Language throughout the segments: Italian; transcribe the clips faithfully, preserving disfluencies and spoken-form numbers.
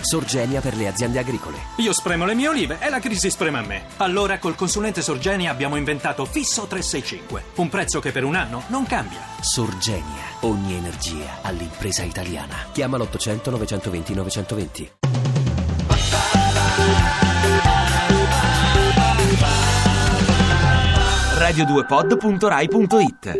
Sorgenia per le aziende agricole. Io spremo le mie olive e la crisi sprema me. Allora col consulente Sorgenia abbiamo inventato Fisso trecentosessantacinque. Un prezzo che per un anno non cambia. Sorgenia. Ogni energia all'impresa italiana. Chiama l'ottocento novecentoventi novecentoventi. radio due pod punto rai punto it.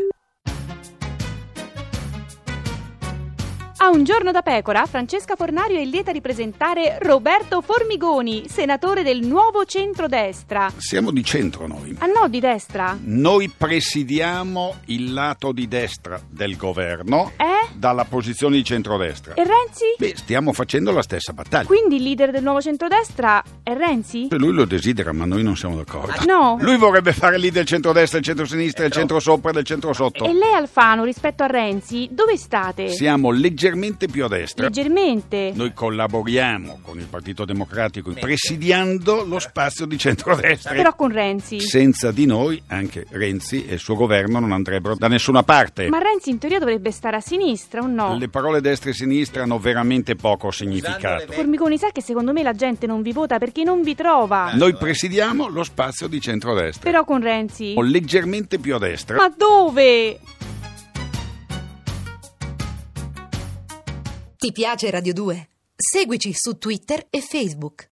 A Un giorno da pecora, Francesca Fornario è lieta di presentare Roberto Formigoni, senatore del Nuovo Centrodestra. Siamo di centro noi. Ah no, di destra? Noi presidiamo il lato di destra del governo Eh? dalla posizione di centrodestra. E Renzi? Beh, stiamo facendo la stessa battaglia. Quindi il leader del Nuovo Centrodestra è Renzi? Lui lo desidera, ma noi non siamo d'accordo. No. Lui vorrebbe fare lì del centrodestra, il centrosinistra, il centro sopra e del centro sotto. E lei, Alfano, rispetto a Renzi, dove state? Siamo leggermente più a destra. Leggermente. Noi collaboriamo con il Partito Democratico presidiando lo spazio di centrodestra. Però con Renzi. Senza di noi anche Renzi e il suo governo non andrebbero da nessuna parte. Ma Renzi in teoria dovrebbe stare a sinistra, o no? Le parole destra e sinistra hanno veramente poco significato. Formigoni, sa che secondo me la gente non vi vota perché non vi trova. Noi presidiamo lo spazio di centrodestra. Però con Renzi. O leggermente più a destra. Ma dove? Ti piace Radio due? Seguici su Twitter e Facebook.